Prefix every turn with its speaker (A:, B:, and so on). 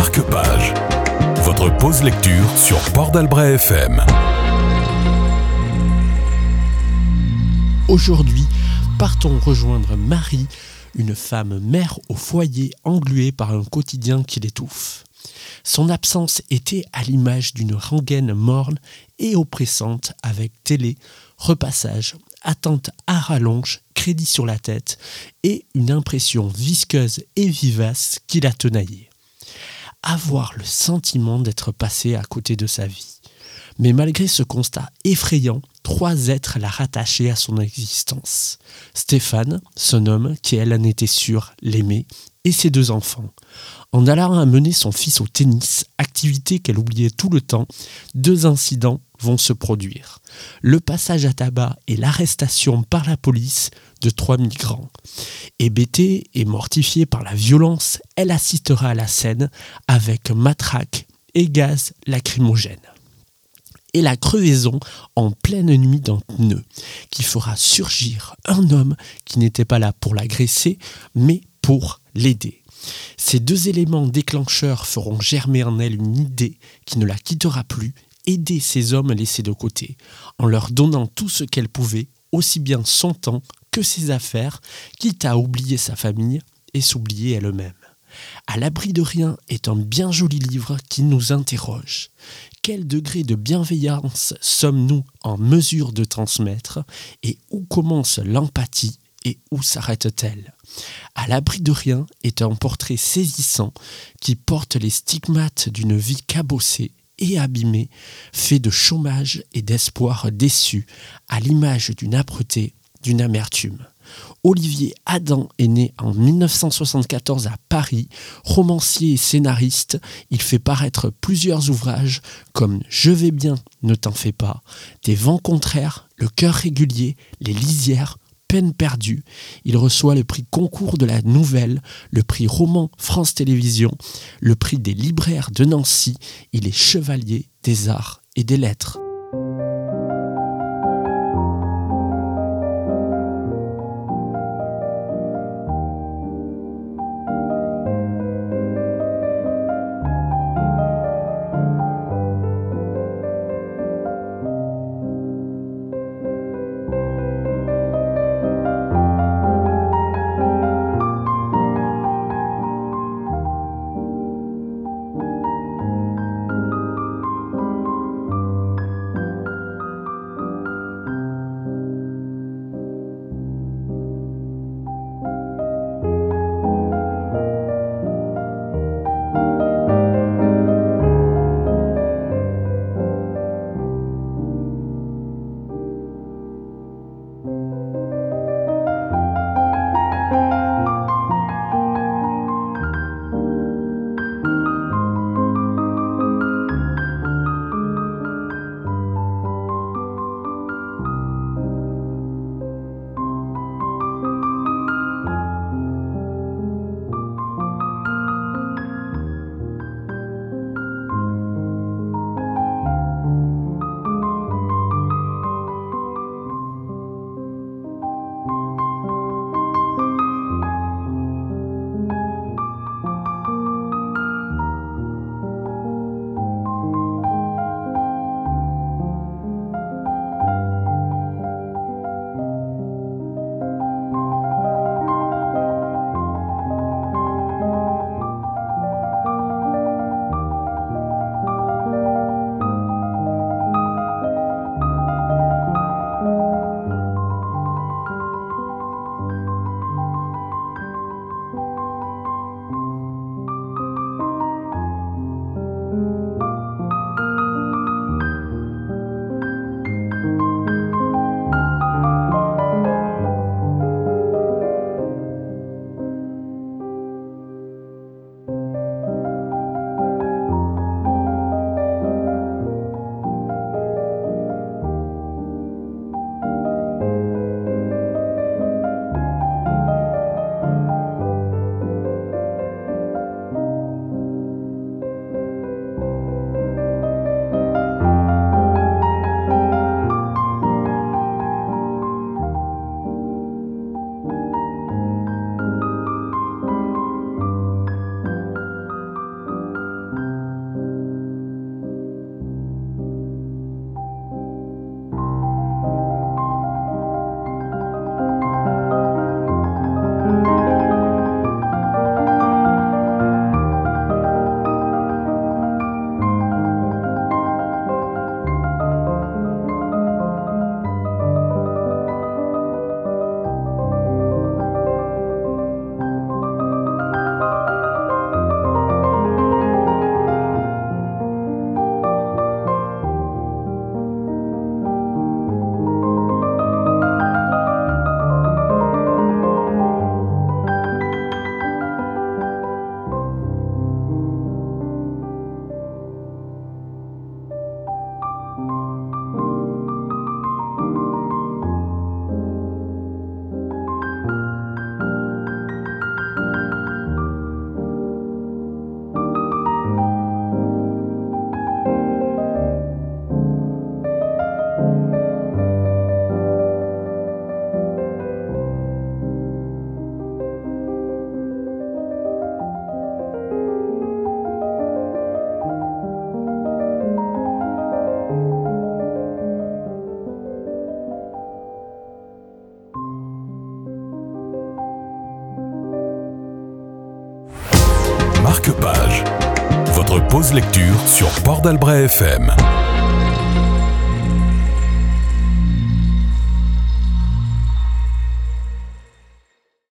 A: Marque-Page, votre pause lecture sur Port d'Albret FM.
B: Aujourd'hui, partons rejoindre Marie, une femme mère au foyer engluée par un quotidien qui l'étouffe. Son absence était à l'image d'une rengaine morne et oppressante avec télé, repassage, attente à rallonge, crédit sur la tête et une impression visqueuse et vivace qui la tenaillait. Avoir le sentiment d'être passé à côté de sa vie. Mais malgré ce constat effrayant, 3 êtres la rattachaient à son existence. Stéphane, son homme, qui elle en était sûre, l'aimait, et ses 2 enfants. En allant amener son fils au tennis, activité qu'elle oubliait tout le temps, 2 incidents vont se produire. Le passage à tabac et l'arrestation par la police de 3 migrants. Hébétée et mortifiée par la violence, elle assistera à la scène avec matraque et gaz lacrymogène. Et la crevaison en pleine nuit d'un pneu, qui fera surgir un homme qui n'était pas là pour l'agresser, mais pour l'aider. Ces 2 éléments déclencheurs feront germer en elle une idée qui ne la quittera plus, aider ces hommes laissés de côté, en leur donnant tout ce qu'elle pouvait, aussi bien son temps que ses affaires, quitte à oublier sa famille et s'oublier elle-même. À l'abri de rien est un bien joli livre qui nous interroge. Quel degré de bienveillance sommes-nous en mesure de transmettre et où commence l'empathie et où s'arrête-t-elle ? À l'abri de rien est un portrait saisissant qui porte les stigmates d'une vie cabossée et abîmée, fait de chômage et d'espoir déçus, à l'image d'une âpreté, d'une amertume. Olivier Adam est né en 1974 à Paris, romancier et scénariste. Il fait paraître plusieurs ouvrages comme Je vais bien, ne t'en fais pas, Des vents contraires, Le cœur régulier, Les lisières, Peine perdue. Il reçoit le prix concours de la nouvelle, le prix roman France Télévisions, le prix des libraires de Nancy. Il est chevalier des arts et des lettres.
A: marque-page. Votre pause lecture sur Port d'Albret FM.